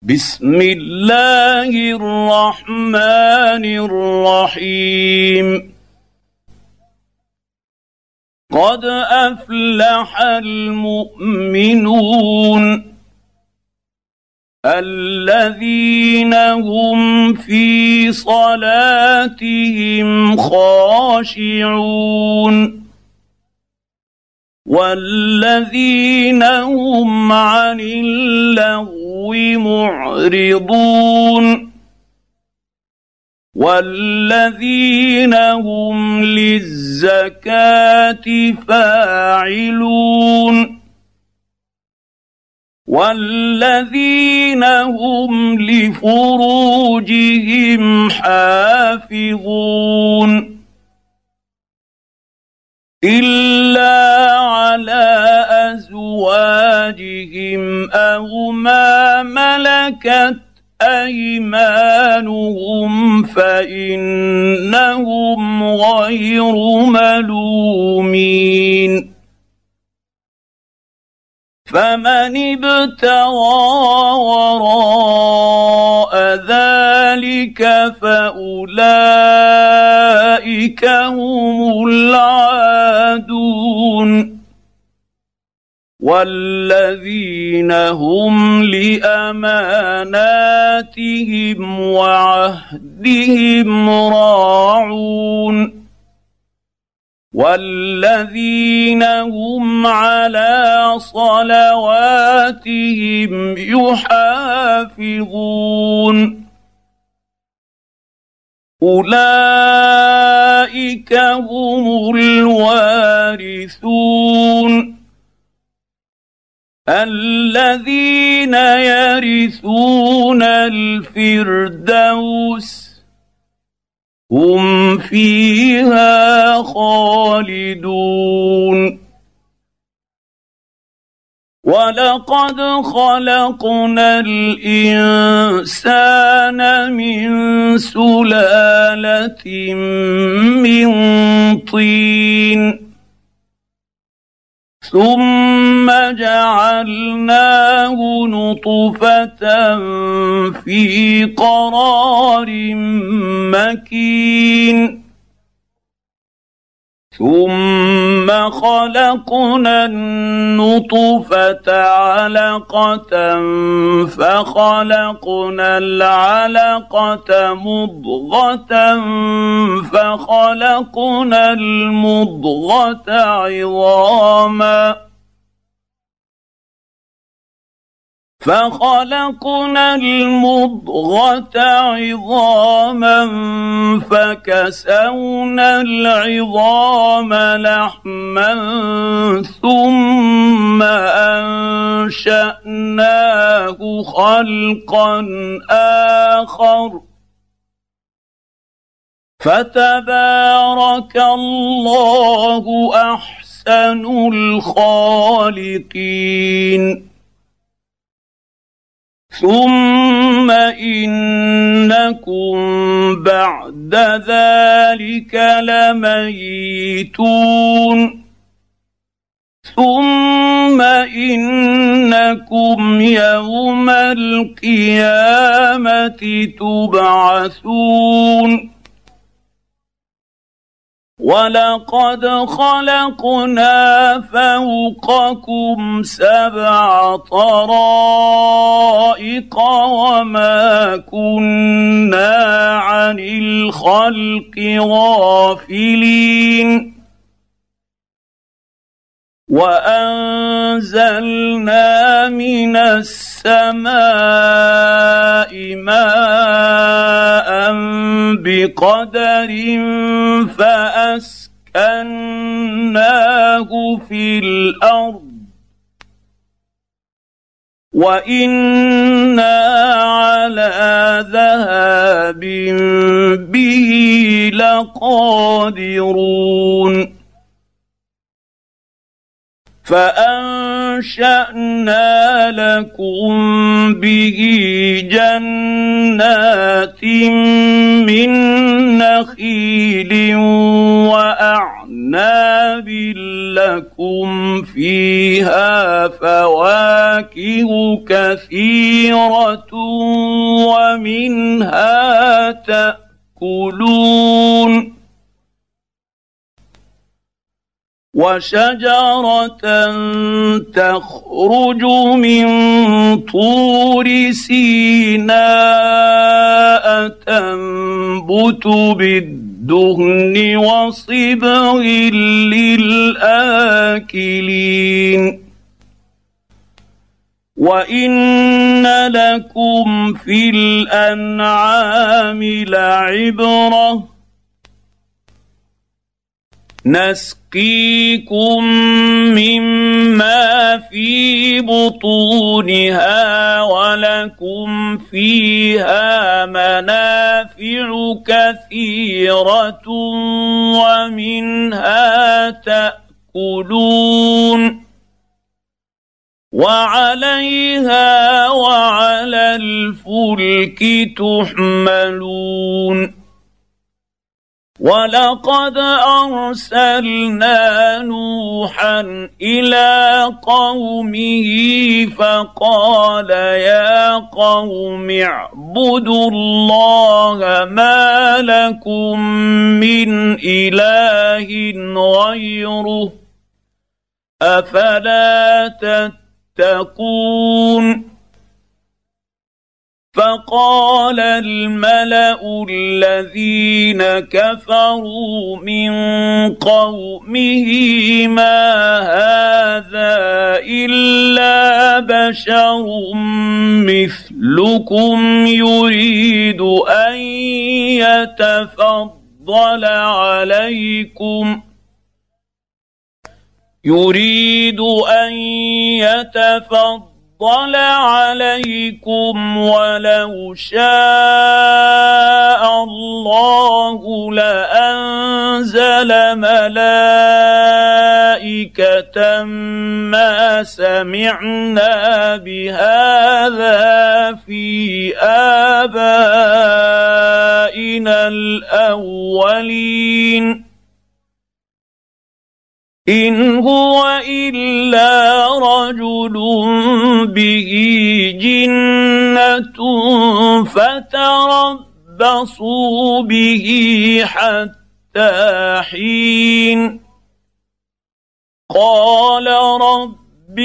بسم الله الرحمن الرحيم قد أفلح المؤمنون الذين هم في صلاتهم خاشعون والذين هم عن اللغو معرضون والذين هم للزكاة فاعلون والذين هم لفروجهم حافظون إلا على أزواجهم أو ما ملكت أيمانهم فإنهم غير ملومين فمن ابتغى وراء ذلك فأولئك هم العادون والذين هم لأماناتهم وعهدهم راعون والذين هم على صلواتهم يحافظون أولئك هم الوارثون الذين يرثون الفردوس هم فيها خالدون ولقد خلقنا الإنسان من سلالة من طين ثم جعلناه نطفة في قرار مكين ثم خلقنا النطفة علقة فخلقنا العلقة مضغة فخلقنا المضغة عظاما فكسونا العظام لحما ثم أنشأناه خلقا آخر فتبارك الله أحسن الخالقين ثم إنكم بعد ذلك لميتون ثم إنكم يوم القيامة تبعثون ولقد خلقنا فوقكم 7 طرائق وما كنا عن الخلق غافلين وأنزلنا من السماء ماء بقدر فأسكناه في الأرض وإنا على ذهاب به لقادرون فأنشأنا لكم به جنات من نخيل وأعناب لكم فيها فواكه كثيرة ومنها تأكلون وشجرة تخرج من طور سيناء تنبت بالدهن وصبغ للآكلين وإن لكم في الأنعام لعبرة نسقيكم مما في بطونها ولكم فيها منافع كثيرة ومنها تأكلون وعليها وعلى الفلك تحملون ولقد أرسلنا نوحا إلى قومه فقال يا قوم اعبدوا الله ما لكم من إله غيره أفلا تتقون فقال الملأ الذين كفروا من قومه ما هذا إلا بشر مثلكم يريد أن يتفضل عليكم ولو شاء الله لأنزل ملائكة ما سمعنا بهذا في آبائنا الأولين إن هو إلا رجل به جنة فتربصوا به حتى حين قال رب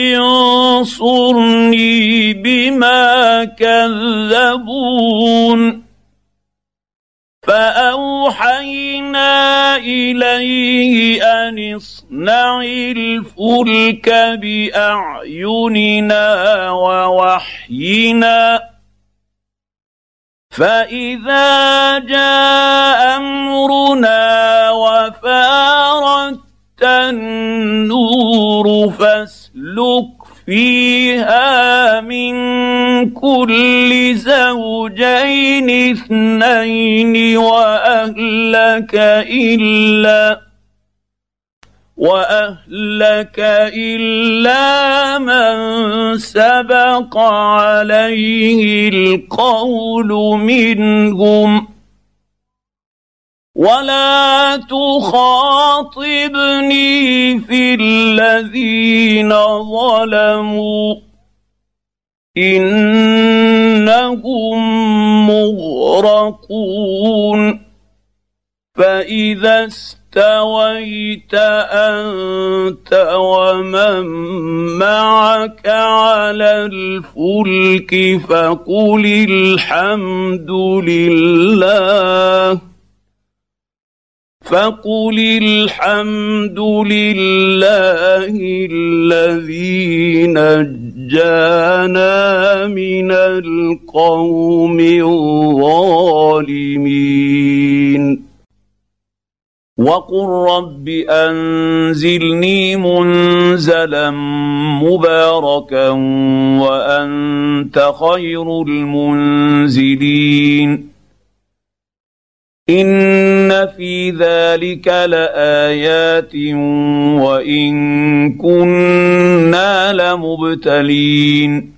انصرني بما كذبون فأوحينا إليه أن اصنع الفلك بأعيننا ووحينا فإذا جاء أمرنا وفارت النور فاسلك فيها من كل زوجين اثنين وأهلك إلا من سبق عليه القول منهم ولا تخاطبني في الذين ظلموا إنهم مغرقون فإذا استويت أنت ومن معك على الفلك فقل الحمد لله الذي نجانا من القوم الظالمين وقل رب أنزلني منزلا مباركا وأنت خير المنزلين إن في ذلك لآيات وإن كنا لمبتلين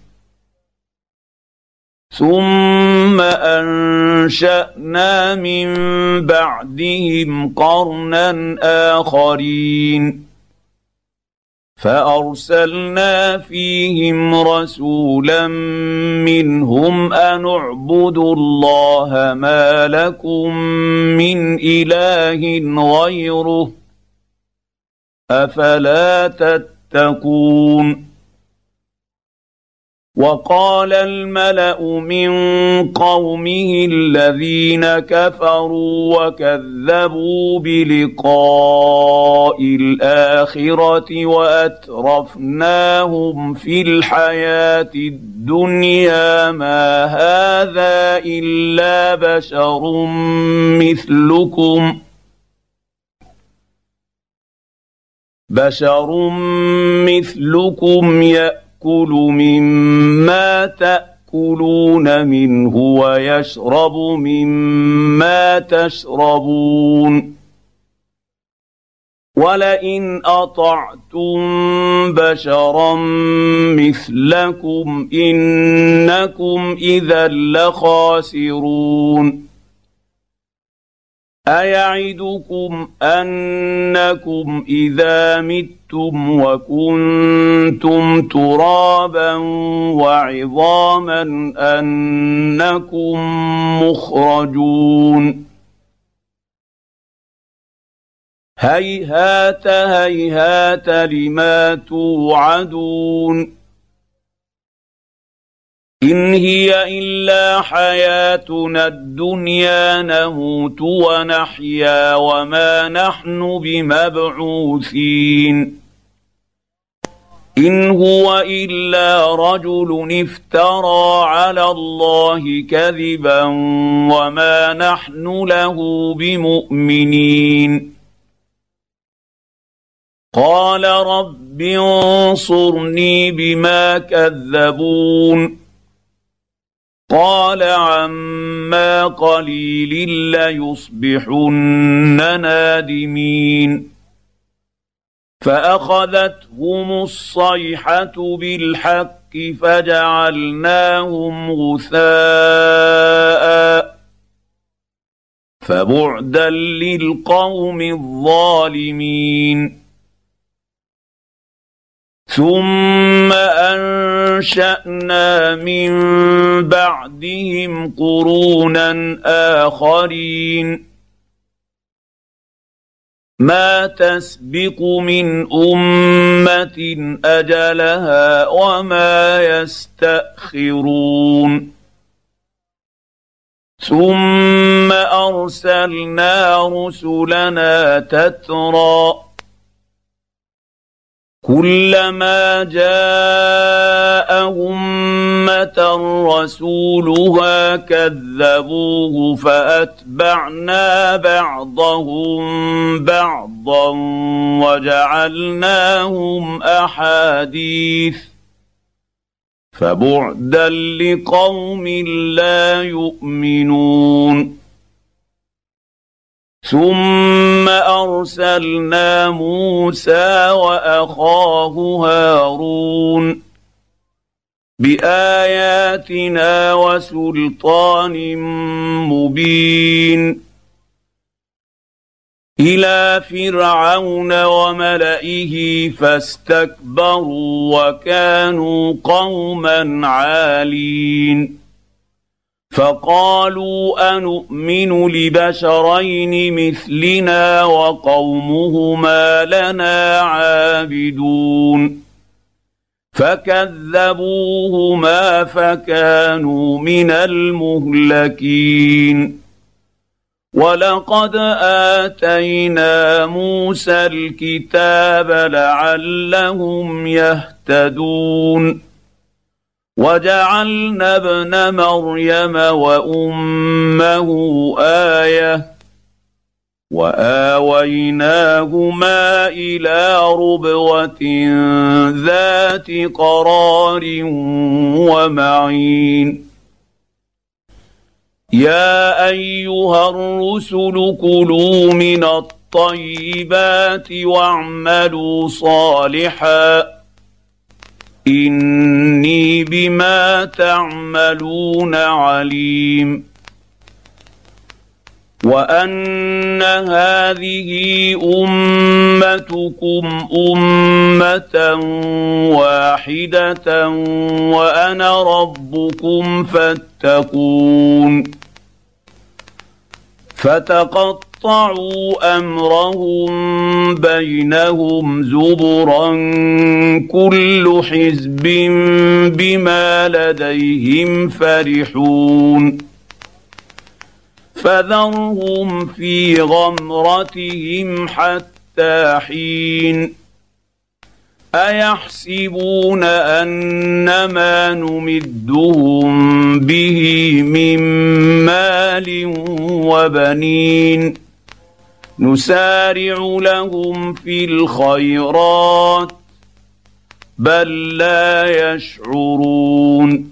ثم أنشأنا من بعدهم قرنا آخرين فارسلنا فيهم رسولا منهم ان اعبدوا الله ما لكم من اله غيره افلا تتقون. وقال الملا من قومه الذين كفروا وكذبوا بلقاء الاخره واترفناهم في الحياه الدنيا ما هذا الا بشر مثلكم يأكل مما تأكلون منه ويشرب مما تشربون ولئن أطعتم بشرا مثلكم إنكم إذا لخاسرون. أيعدكم أنكم إذا متم وكنتم ترابا وعظاما أنكم مخرجون. هيهات هيهات لما توعدون إن هي إلا حياتنا الدنيا نموت ونحيا وما نحن بمبعوثين إن هو إلا رجل افترى على الله كذبا وما نحن له بمؤمنين. قال رب انصرني بما كذبون قال عما قليل ليصبحن نادمين. فأخذتهم الصيحة بالحق فجعلناهم غثاء فبعدا للقوم الظالمين. ثم أنشأنا من بعدهم قرونا آخرين ما تسبق من أمة أجلها وما يستأخرون. ثم أرسلنا رسلنا تترى كلما جاء أمة رسولها كذبوه فأتبعنا بعضهم بعضا وجعلناهم أحاديث فبعدا لقوم لا يؤمنون. ثم أرسلنا موسى وأخاه هارون بآياتنا وسلطان مبين إلى فرعون وملئه فاستكبروا وكانوا قوما عالين. فقالوا أنؤمن لبشرين مثلنا وقومهما لنا عابدون فكذبوهما فكانوا من المهلكين. ولقد آتينا موسى الكتاب لعلهم يهتدون وجعلنا ابن مريم وأمه آية وآويناهما إلى ربوة ذات قرار ومعين. يا أيها الرسل كلوا من الطيبات واعملوا صالحا إني بما تعملون عليم. وان هذه امتكم امه واحده وانا ربكم فاتقون فتقطعوا امرهم بينهم زبرا كل حزب بما لديهم فرحون فذرهم في غمرتهم حتى حين ايحسبون ان ما نمدهم به من مال وبنين نسارع لهم في الخيرات بل لا يشعرون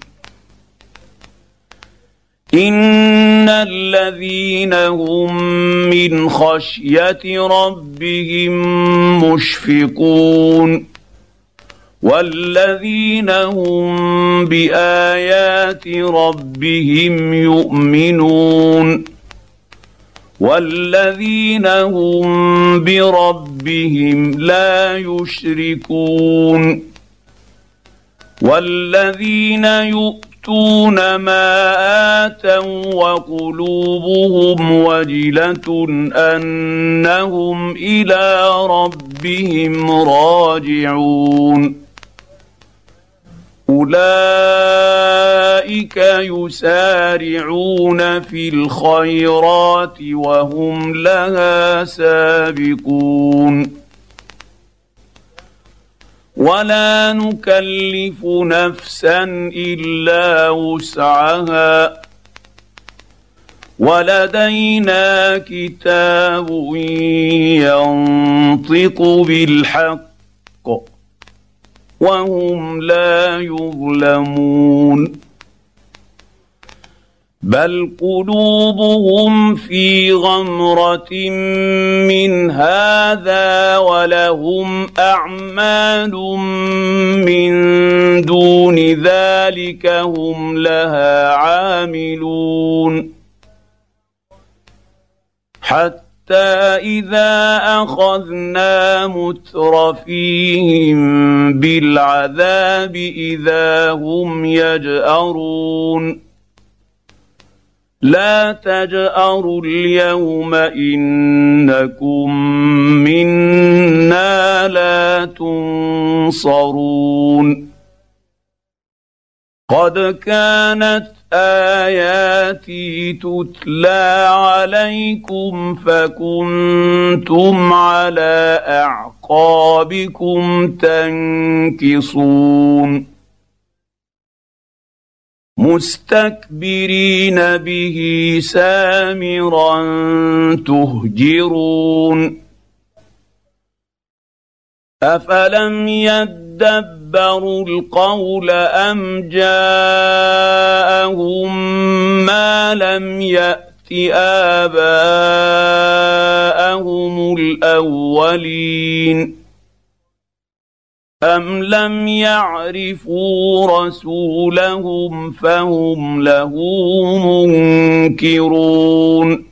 ان الذين هم من خشيه ربهم مشفقون والذين هم بايات ربهم يؤمنون والذين هم بربهم لا يشركون والذين يؤتون ما آتوا وقلوبهم وجلة أنهم إلى ربهم راجعون أولئك يسارعون في الخيرات وهم لها سابقون ولا نكلف نفسا إلا وسعها ولدينا كتاب ينطق بالحق وهم لا يظلمون بل قلوبهم في غمرة من هذا ولهم أعمال من دون ذلك هم لها عاملون حتى إذا أخذنا مترفيهم بالعذاب إذا هم يجأرون لا تجأروا اليوم إنكم منا لا تنصرون قد كانت آياتي تتلى عليكم فكنتم على أعقابكم تنكصون مستكبرين به سامرا تهجرون أفلم يدبروا القول أم جاءهم ما لم يأت آباءهم الأولين أم لم يعرفوا رسولهم فهم له منكرون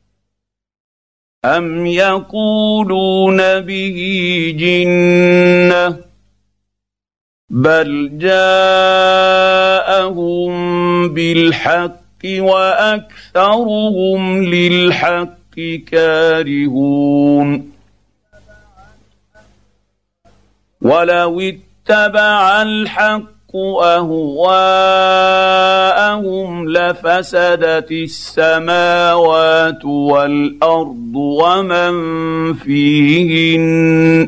أم يقولون به جنة بل جاءهم بالحق وأكثرهم للحق كارهون ولو اتبع الحق أهواءهم لفسدت السماوات والأرض ومن فيهن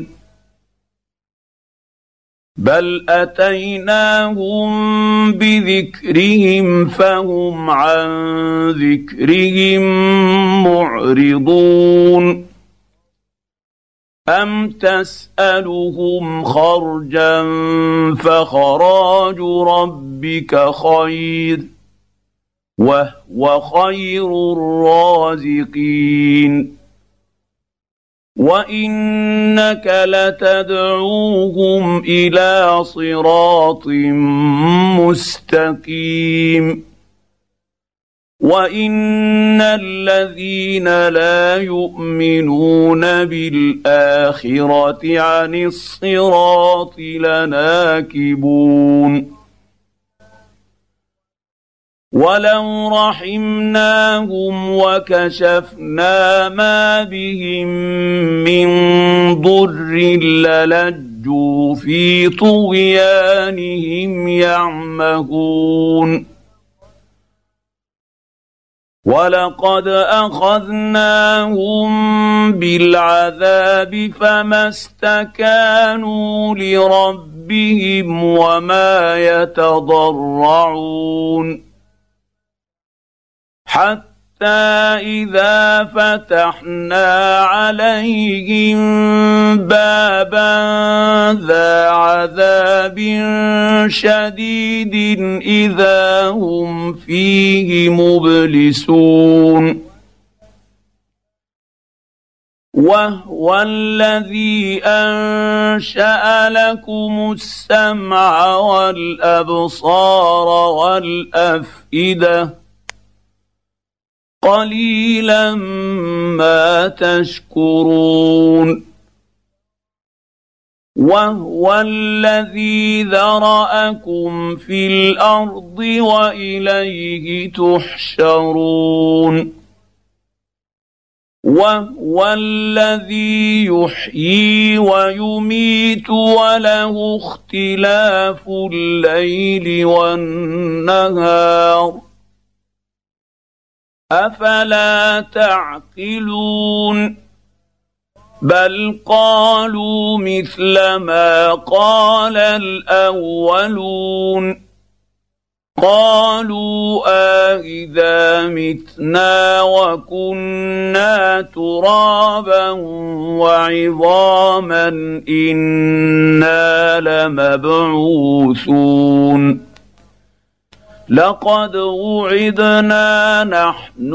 بل أتيناهم بذكرهم فهم عن ذكرهم معرضون أم تسألهم خرجا فخراج ربك خير وهو خير الرازقين وإنك لتدعوهم إلى صراط مستقيم وان الذين لا يؤمنون بالاخره عن الصراط لناكبون ولو رحمناهم وكشفنا ما بهم من ضر للجوا في طغيانهم يعمهون ولقد اخذناهم بالعذاب فما استكانوا لربهم وما يتضرعون حتى إذا فتحنا عليهم بابا ذا عذاب شديد إذا هم فيه مبلسون وهو الذي أنشأ لكم السمع والأبصار والأفئدة قليلا ما تشكرون وهو الذي ذرأكم في الأرض وإليه تحشرون وهو الذي يحيي ويميت وله اختلاف الليل والنهار أفلا تعقلون بل قالوا مثل ما قال الأولون قالوا أإذا متنا وكنا ترابا وعظاما إنا لمبعوثون لقد وعدنا نحن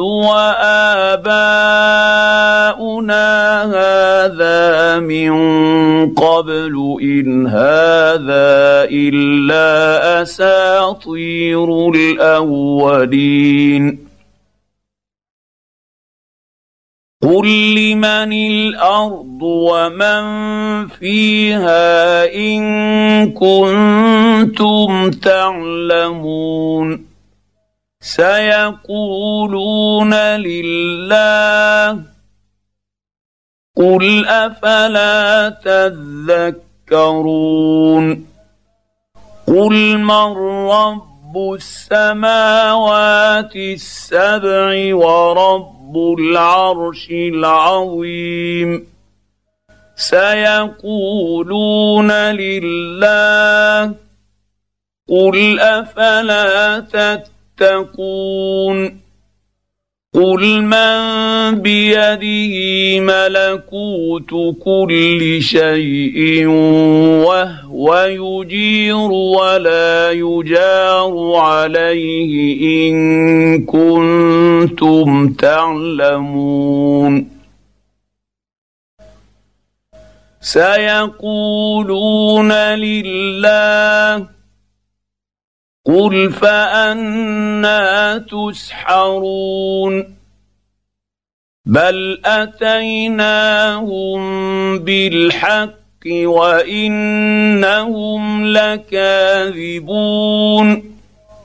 وآباؤنا هذا من قبل إن هذا إلا أساطير الأولين قل لمن الأرض ومن فيها إن كنتم تعلمون سيقولون لله قل أفلا تذكرون قل من رب السماوات السبع ورب العرش العظيم سيقولون لله قل أفلا تتقون قل من بيده ملكوت كل شيء وهو يجير ولا يجار عليه إن كنتم تعلمون سيقولون لله قل فأنى تسحرون بل أتيناهم بالحق وإنهم لكاذبون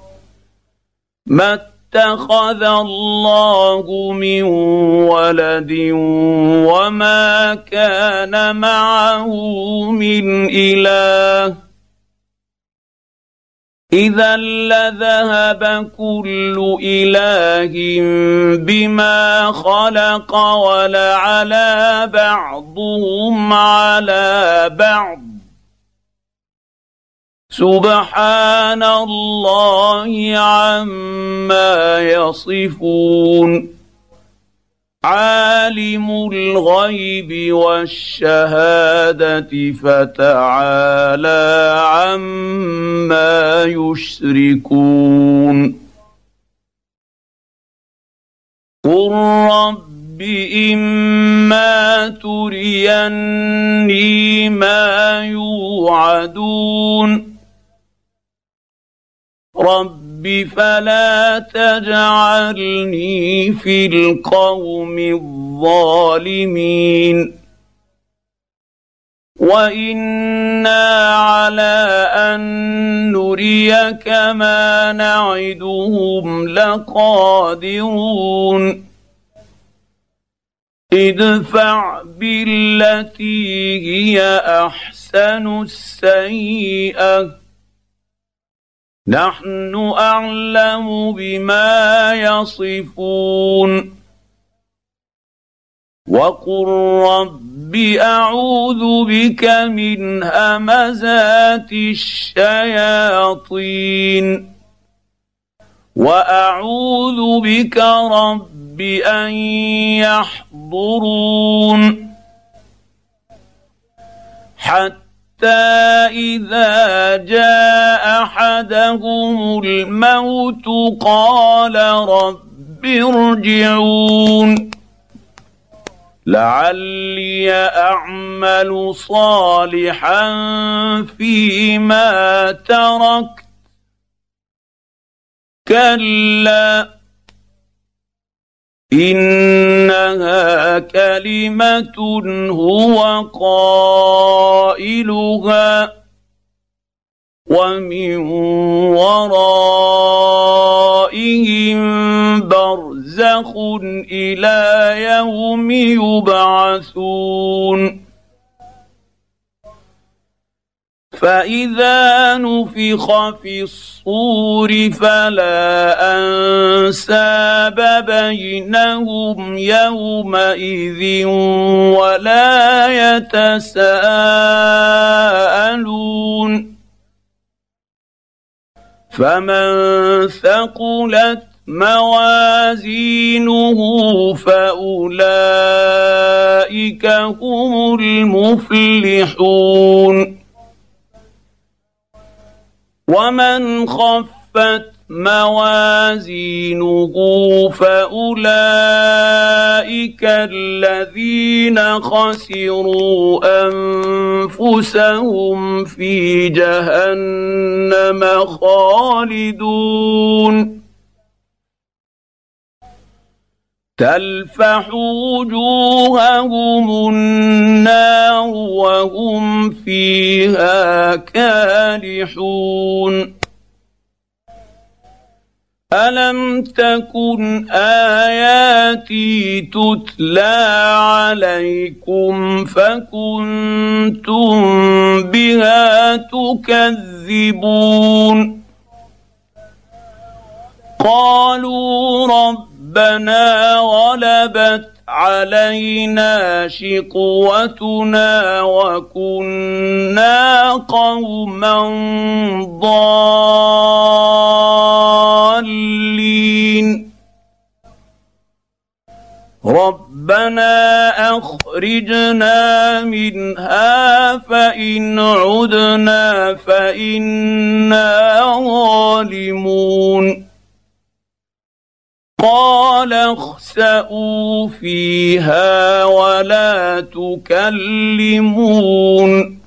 ما اتخذ الله من ولد وما كان معه من إله إذا لذهب كل إله بما خلق ولعلى بعضهم على بعض سبحان الله عما يصفون عالم الغيب والشهادة فتعالى عما يشركون قل رب إما تريني ما يوعدون رب رب فلا تجعلني في القوم الظالمين وإنا على أن نريك ما نعدهم لقادرون ادفع بالتي هي أحسن السيئة نحن أعلم بما يصفون وقل رب أعوذ بك من همزات الشياطين وأعوذ بك رب أن يحضرون حتى إذا جاء أحدهم الموت قال رب ارجعون لعلي أعمل صالحا فيما تركت كلا إنها كلمة هو قائلها ومن ورائهم برزخ إلى يوم يبعثون فإذا نفخ في الصور فلا أنساب بينهم يومئذ ولا يتساءلون فمن ثقلت موازينه فأولئك هم المفلحون ومن خفت موازينه فأولئك الذين خسروا أنفسهم في جهنم خالدون تلفح وجوههم النار وهم فيها كالحون ألم تكن آياتي تتلى عليكم فكنتم بها تكذبون قالوا ربنا غلبت علينا شقوتنا وكنا قوما ضالين ربنا أخرجنا منها فإن عدنا فإنا ظالمون قال اخسئوا فيها ولا تكلمون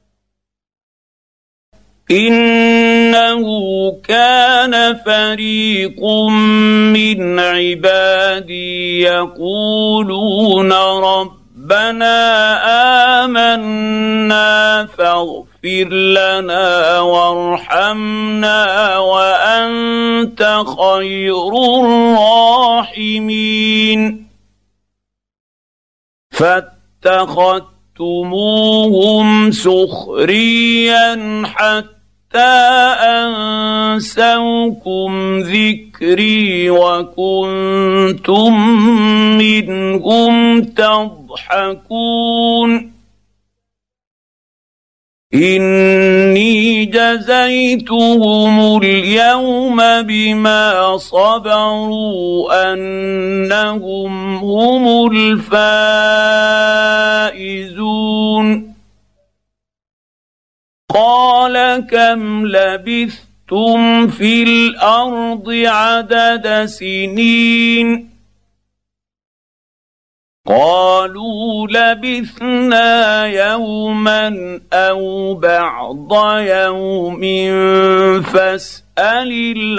إنه كان فريق من عبادي يقولون ربنا آمنا فاغفر لنا وارحمنا وأنت خير الراحمين فاتخذتموهم سخريا حتى أنسوكم ذكري وكنتم منهم تضحكون إني جزيتهم اليوم بما صبروا أنهم هم الفائزون قال كم لبثتم في الأرض عدد سنين قالوا لبثنا يوما او بعض يوم فاسال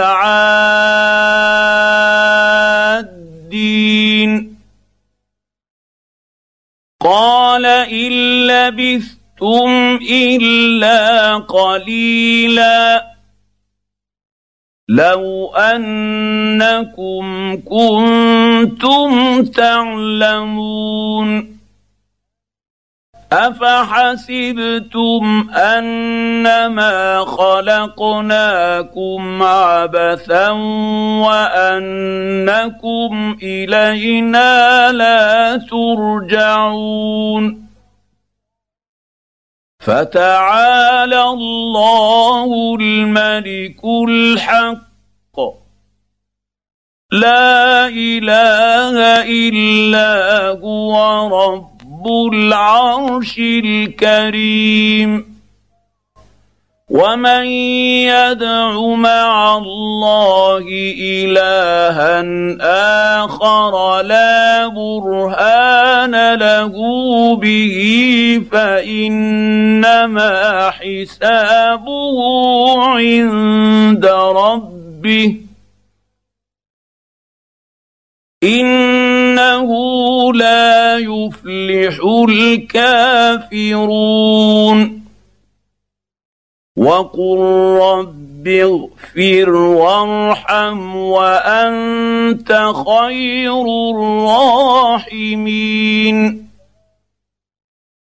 العادين قال ان لبثتم الا قليلا لو انكم كنتم تعلمون افحسبتم انما خلقناكم عبثا وانكم الينا لا ترجعون فتعالى الله الملك الحق لا اله الا هو رب العرش الكريم ومن يدع مع الله الها اخر لا برهان له به فانما حسابه عند ربه انه لا يفلح الكافرون وقل رب اغفر وارحم وانت خير الراحمين